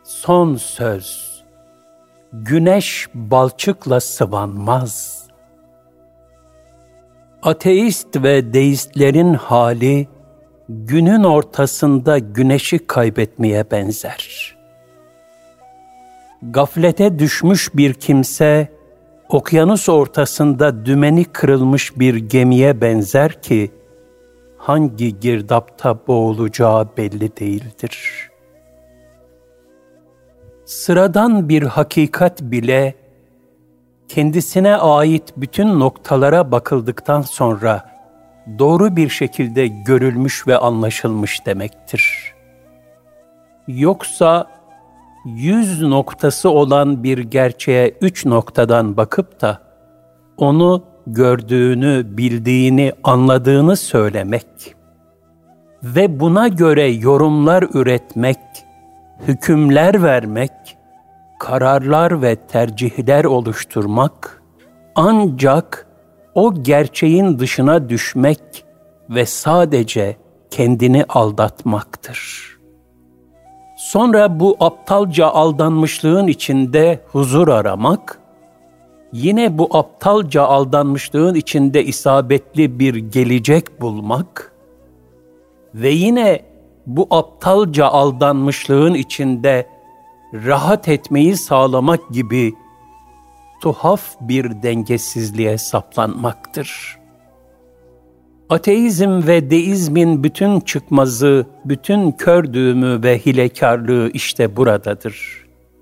Son söz. Güneş balçıkla sıvanmaz. Ateist ve deistlerin hali, günün ortasında güneşi kaybetmeye benzer. Gaflete düşmüş bir kimse, okyanus ortasında dümeni kırılmış bir gemiye benzer ki, hangi girdapta boğulacağı belli değildir. Sıradan bir hakikat bile, kendisine ait bütün noktalara bakıldıktan sonra doğru bir şekilde görülmüş ve anlaşılmış demektir. Yoksa 100 noktası olan bir gerçeğe 3 noktadan bakıp da onu gördüğünü, bildiğini, anladığını söylemek ve buna göre yorumlar üretmek, hükümler vermek, kararlar ve tercihler oluşturmak, ancak o gerçeğin dışına düşmek ve sadece kendini aldatmaktır. Sonra bu aptalca aldanmışlığın içinde huzur aramak, yine bu aptalca aldanmışlığın içinde isabetli bir gelecek bulmak ve yine bu aptalca aldanmışlığın içinde rahat etmeyi sağlamak gibi tuhaf bir dengesizliğe saplanmaktır. Ateizm ve deizmin bütün çıkmazı, bütün kördüğümü ve hilekarlığı işte buradadır.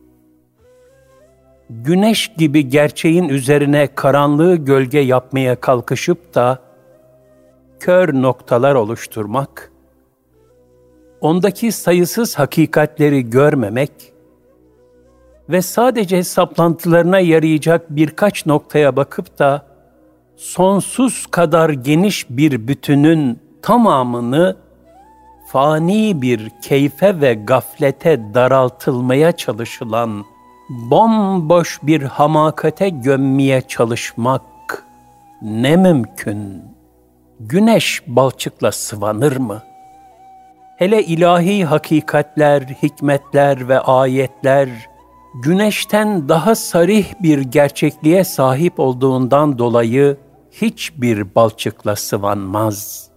Güneş gibi gerçeğin üzerine karanlığı gölge yapmaya kalkışıp da kör noktalar oluşturmak, ondaki sayısız hakikatleri görmemek ve sadece saplantılarına yarayacak birkaç noktaya bakıp da sonsuz kadar geniş bir bütünün tamamını fani bir keyfe ve gaflete daraltılmaya çalışılan bomboş bir hamakate gömmeye çalışmak ne mümkün? Güneş balçıkla sıvanır mı? Hele ilahi hakikatler, hikmetler ve ayetler, güneşten daha sarih bir gerçekliğe sahip olduğundan dolayı hiçbir balçıkla sıvanmaz.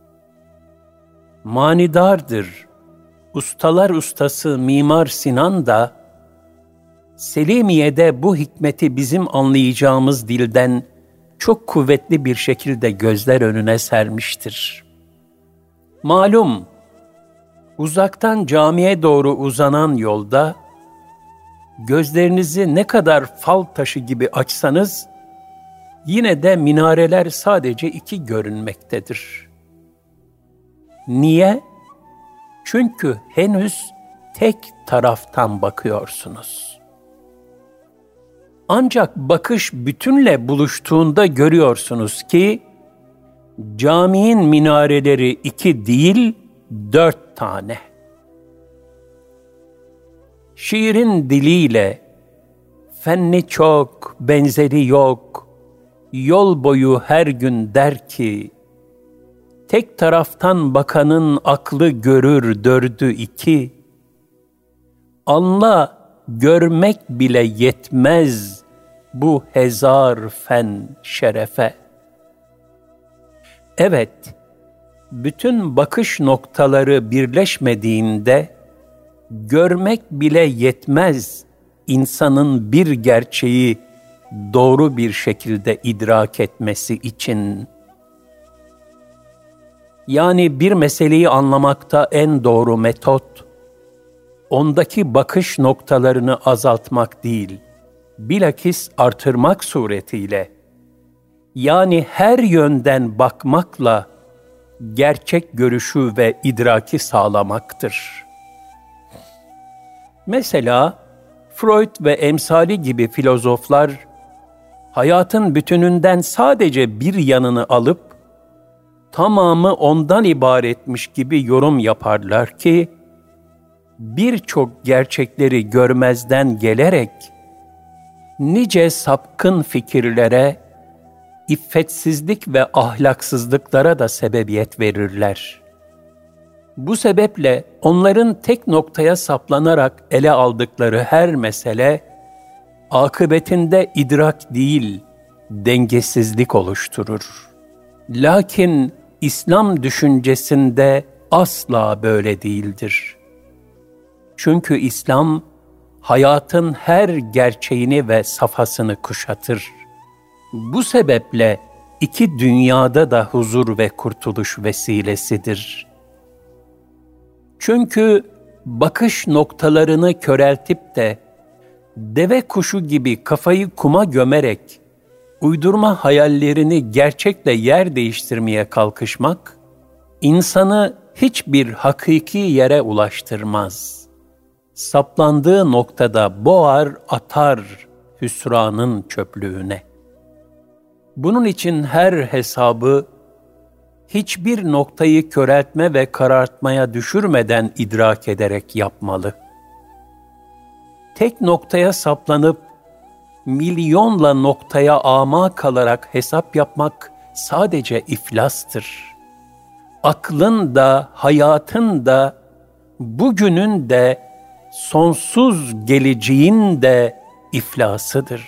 Manidardır. Ustalar ustası Mimar Sinan da, Selimiye'de bu hikmeti bizim anlayacağımız dilden çok kuvvetli bir şekilde gözler önüne sermiştir. Malum, uzaktan camiye doğru uzanan yolda, gözlerinizi ne kadar fal taşı gibi açsanız, yine de minareler sadece 2 görünmektedir. Niye? Çünkü henüz tek taraftan bakıyorsunuz. Ancak bakış bütünle buluştuğunda görüyorsunuz ki, caminin minareleri 2 değil, 4 tane. Şiirin diliyle, fenni çok, benzeri yok, yol boyu her gün der ki, tek taraftan bakanın aklı görür 4'ü 2, anla görmek bile yetmez bu hezar fen şerefe. Evet, bütün bakış noktaları birleşmediğinde, görmek bile yetmez insanın bir gerçeği doğru bir şekilde idrak etmesi için. Yani bir meseleyi anlamakta en doğru metot, ondaki bakış noktalarını azaltmak değil, bilakis artırmak suretiyle, yani her yönden bakmakla gerçek görüşü ve idraki sağlamaktır. Mesela Freud ve emsali gibi filozoflar, hayatın bütününden sadece bir yanını alıp, tamamı ondan ibaretmiş gibi yorum yaparlar ki, birçok gerçekleri görmezden gelerek, nice sapkın fikirlere, iffetsizlik ve ahlaksızlıklara da sebebiyet verirler. Bu sebeple onların tek noktaya saplanarak ele aldıkları her mesele, akıbetinde idrak değil, dengesizlik oluşturur. Lakin İslam düşüncesinde asla böyle değildir. Çünkü İslam, hayatın her gerçeğini ve safhasını kuşatır. Bu sebeple iki dünyada da huzur ve kurtuluş vesilesidir. Çünkü bakış noktalarını köreltip de deve kuşu gibi kafayı kuma gömerek uydurma hayallerini gerçekle yer değiştirmeye kalkışmak, insanı hiçbir hakiki yere ulaştırmaz. Saplandığı noktada boğar atar hüsranın çöplüğüne. Bunun için her hesabı hiçbir noktayı köreltme ve karartmaya düşürmeden idrak ederek yapmalı. Tek noktaya saplanıp milyonla noktaya ama kalarak hesap yapmak sadece iflastır. Aklın da, hayatın da, bugünün de, sonsuz geleceğin de iflasıdır.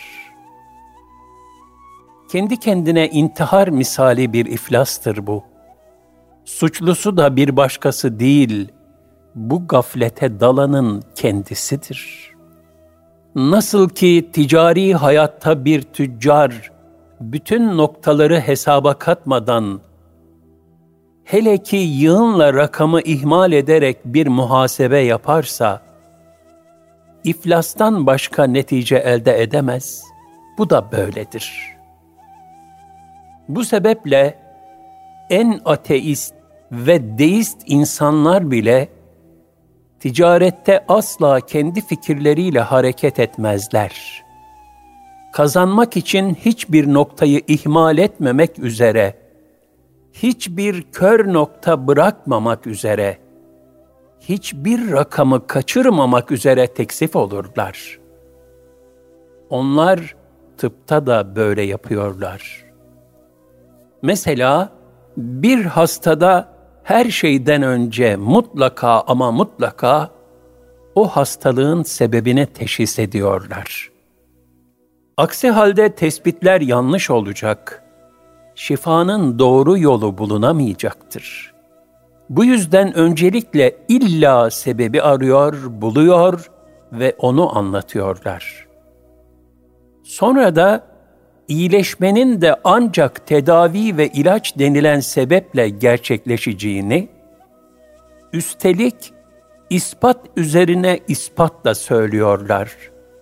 Kendi kendine intihar misali bir iflastır bu. Suçlusu da bir başkası değil, bu gaflete dalanın kendisidir. Nasıl ki ticari hayatta bir tüccar, bütün noktaları hesaba katmadan, hele ki yığınla rakamı ihmal ederek bir muhasebe yaparsa, iflastan başka netice elde edemez. Bu da böyledir. Bu sebeple en ateist ve deist insanlar bile ticarette asla kendi fikirleriyle hareket etmezler. Kazanmak için hiçbir noktayı ihmal etmemek üzere, hiçbir kör nokta bırakmamak üzere, hiçbir rakamı kaçırmamak üzere teksif olurlar. Onlar tıpta da böyle yapıyorlar. Mesela bir hastada her şeyden önce mutlaka ama mutlaka o hastalığın sebebini teşhis ediyorlar. Aksi halde tespitler yanlış olacak, şifanın doğru yolu bulunamayacaktır. Bu yüzden öncelikle illa sebebi arıyor, buluyor ve onu anlatıyorlar. Sonra da iyileşmenin de ancak tedavi ve ilaç denilen sebeple gerçekleşeceğini, üstelik ispat üzerine ispatla söylüyorlar.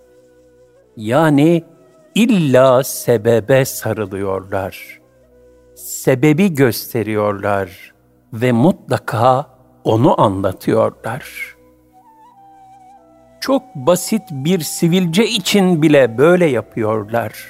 Yani illa sebebe sarılıyorlar. Sebebi gösteriyorlar ve mutlaka onu anlatıyorlar. Çok basit bir sivilce için bile böyle yapıyorlar.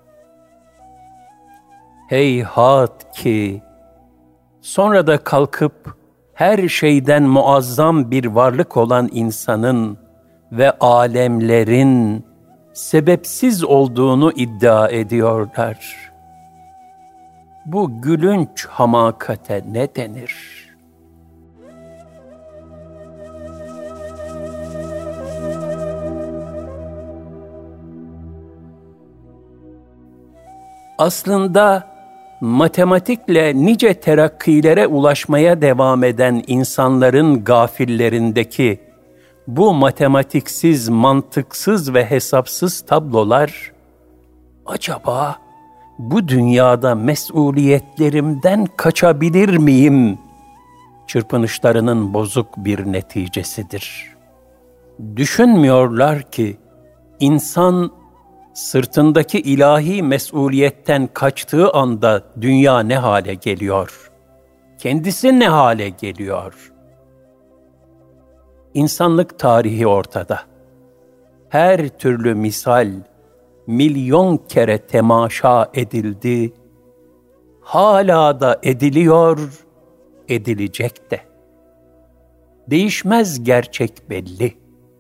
Heyhat ki, sonra da kalkıp her şeyden muazzam bir varlık olan insanın ve alemlerin sebepsiz olduğunu iddia ediyorlar. Bu gülünç hamakate ne denir? Aslında matematikle nice terakkilere ulaşmaya devam eden insanların gafillerindeki bu matematiksiz, mantıksız ve hesapsız tablolar, acaba bu dünyada mesuliyetlerimden kaçabilir miyim çırpınışlarının bozuk bir neticesidir. Düşünmüyorlar ki insan sırtındaki ilahi mesuliyetten kaçtığı anda dünya ne hale geliyor? Kendisi ne hale geliyor? İnsanlık tarihi ortada. Her türlü misal milyon kere temaşa edildi, hala da ediliyor, edilecek de. Değişmez gerçek belli.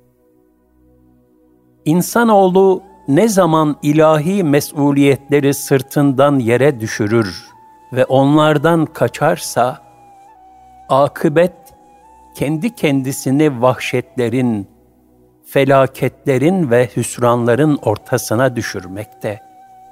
İnsanoğlu ne zaman ilahi mesuliyetleri sırtından yere düşürür ve onlardan kaçarsa, akıbet kendi kendisini vahşetlerin, felaketlerin ve hüsranların ortasına düşürmekte.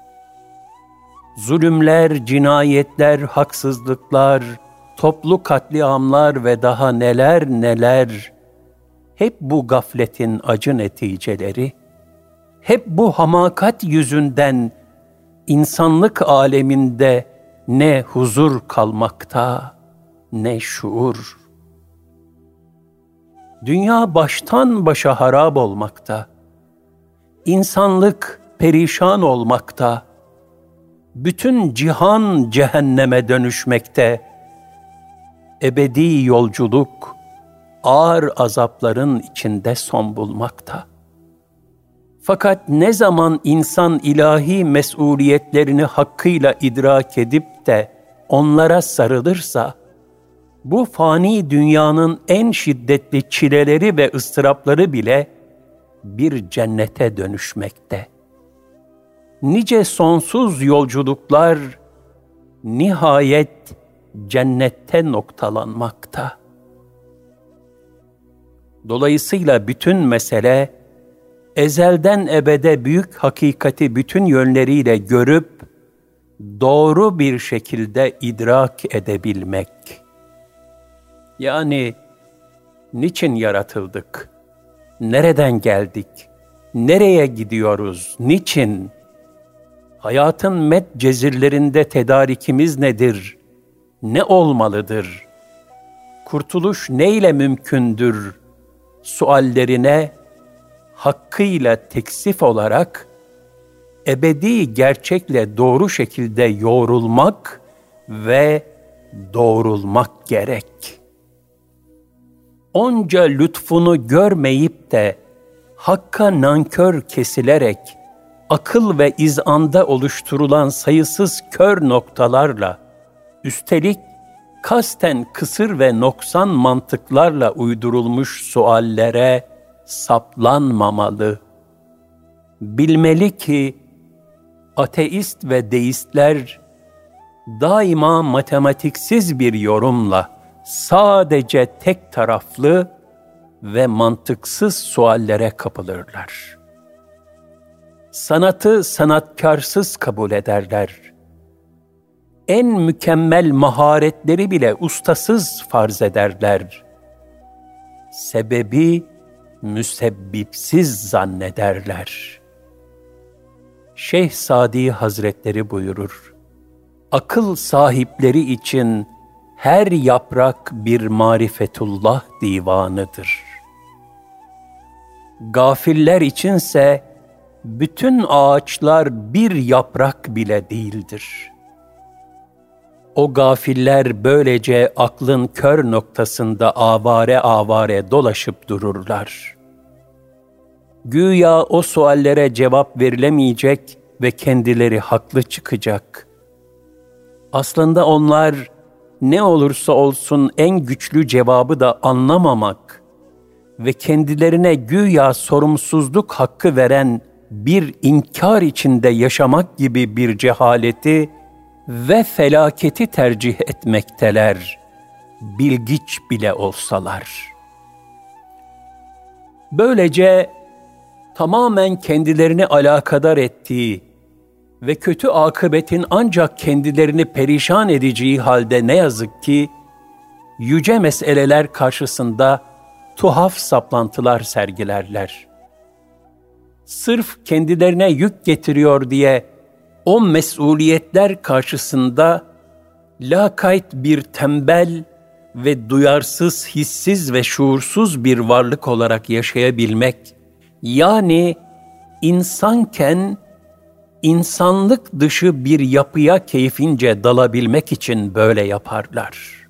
Zulümler, cinayetler, haksızlıklar, toplu katliamlar ve daha neler neler, hep bu gafletin acı neticeleri, hep bu hamakat yüzünden insanlık aleminde ne huzur kalmakta, ne şuur. Dünya baştan başa harap olmakta, insanlık perişan olmakta, bütün cihan cehenneme dönüşmekte, ebedi yolculuk ağır azapların içinde son bulmakta. Fakat ne zaman insan ilahi mesuliyetlerini hakkıyla idrak edip de onlara sarılırsa, bu fani dünyanın en şiddetli çileleri ve ıstırapları bile bir cennete dönüşmekte. Nice sonsuz yolculuklar nihayet cennette noktalanmakta. Dolayısıyla bütün mesele, ezelden ebede büyük hakikati bütün yönleriyle görüp, doğru bir şekilde idrak edebilmek. Yani, niçin yaratıldık? Nereden geldik? Nereye gidiyoruz? Niçin? Hayatın metcezirlerinde tedarikimiz nedir? Ne olmalıdır? Kurtuluş neyle mümkündür? Suallerine hakkıyla teksif olarak ebedi gerçekle doğru şekilde yoğrulmak ve doğrulmak gerek. Onca lütfunu görmeyip de hakka nankör kesilerek akıl ve izanda oluşturulan sayısız kör noktalarla, üstelik kasten kısır ve noksan mantıklarla uydurulmuş suallere saplanmamalı. Bilmeli ki ateist ve deistler daima matematiksiz bir yorumla sadece tek taraflı ve mantıksız suallere kapılırlar. Sanatı sanatkarsız kabul ederler. En mükemmel maharetleri bile ustasız farz ederler. Sebebi müsebbipsiz zannederler. Şeyh Sadi Hazretleri buyurur, akıl sahipleri için her yaprak bir marifetullah divanıdır. Gafiller içinse bütün ağaçlar bir yaprak bile değildir. O gafiller böylece aklın kör noktasında avare avare dolaşıp dururlar. Güya o suallere cevap verilemeyecek ve kendileri haklı çıkacak. Aslında onlar ne olursa olsun en güçlü cevabı da anlamamak ve kendilerine güya sorumsuzluk hakkı veren bir inkar içinde yaşamak gibi bir cehaleti ve felaketi tercih etmekteler, bilgiç bile olsalar. Böylece tamamen kendilerini alakadar ettiği ve kötü akıbetin ancak kendilerini perişan edeceği halde ne yazık ki yüce meseleler karşısında tuhaf saplantılar sergilerler. Sırf kendilerine yük getiriyor diye o mesuliyetler karşısında lakayt bir tembel ve duyarsız, hissiz ve şuursuz bir varlık olarak yaşayabilmek, yani insanken insanlık dışı bir yapıya keyfince dalabilmek için böyle yaparlar.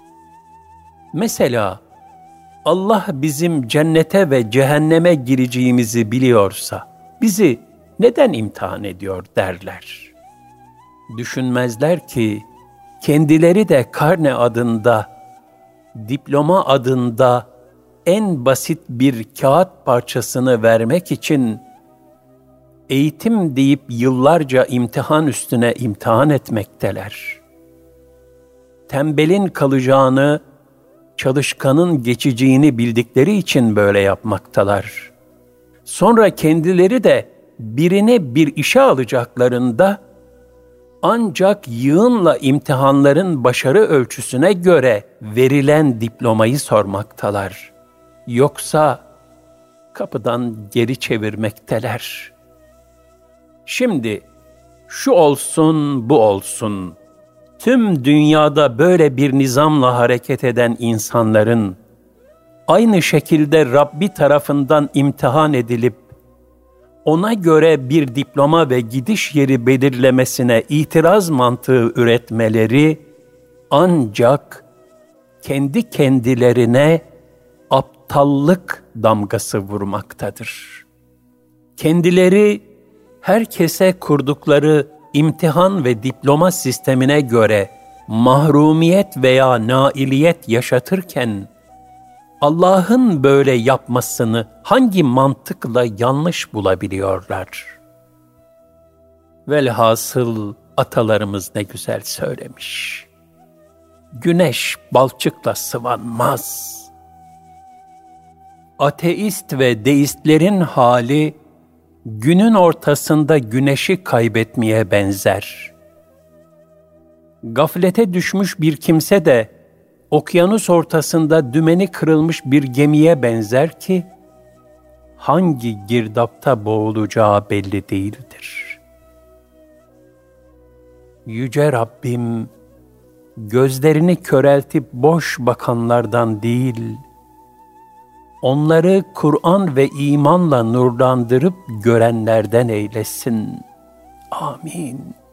Mesela Allah bizim cennete ve cehenneme gireceğimizi biliyorsa bizi neden imtihan ediyor derler. Düşünmezler ki kendileri de karne adında, diploma adında en basit bir kağıt parçasını vermek için eğitim deyip yıllarca imtihan üstüne imtihan etmekteler. Tembelin kalacağını çalışkanın geçeceğini bildikleri için böyle yapmaktalar. Sonra kendileri de birine bir işe alacaklarında ancak yığınla imtihanların başarı ölçüsüne göre verilen diplomayı sormaktalar. Yoksa kapıdan geri çevirmekteler. Şimdi şu olsun, bu olsun. Tüm dünyada böyle bir nizamla hareket eden insanların aynı şekilde Rabbi tarafından imtihan edilip ona göre bir diploma ve gidiş yeri belirlemesine itiraz mantığı üretmeleri ancak kendi kendilerine aptallık damgası vurmaktadır. Kendileri herkese kurdukları imtihan ve diploma sistemine göre mahrumiyet veya nailiyet yaşatırken, Allah'ın böyle yapmasını hangi mantıkla yanlış bulabiliyorlar? Velhasıl atalarımız ne güzel söylemiş. Güneş balçıkla sıvanmaz. Ateist ve deistlerin hali, günün ortasında güneşi kaybetmeye benzer. Gaflete düşmüş bir kimse de, okyanus ortasında dümeni kırılmış bir gemiye benzer ki, hangi girdapta boğulacağı belli değildir. Yüce Rabbim, gözlerini köreltip boş bakanlardan değil, onları Kur'an ve imanla nurlandırıp görenlerden eylesin. Amin.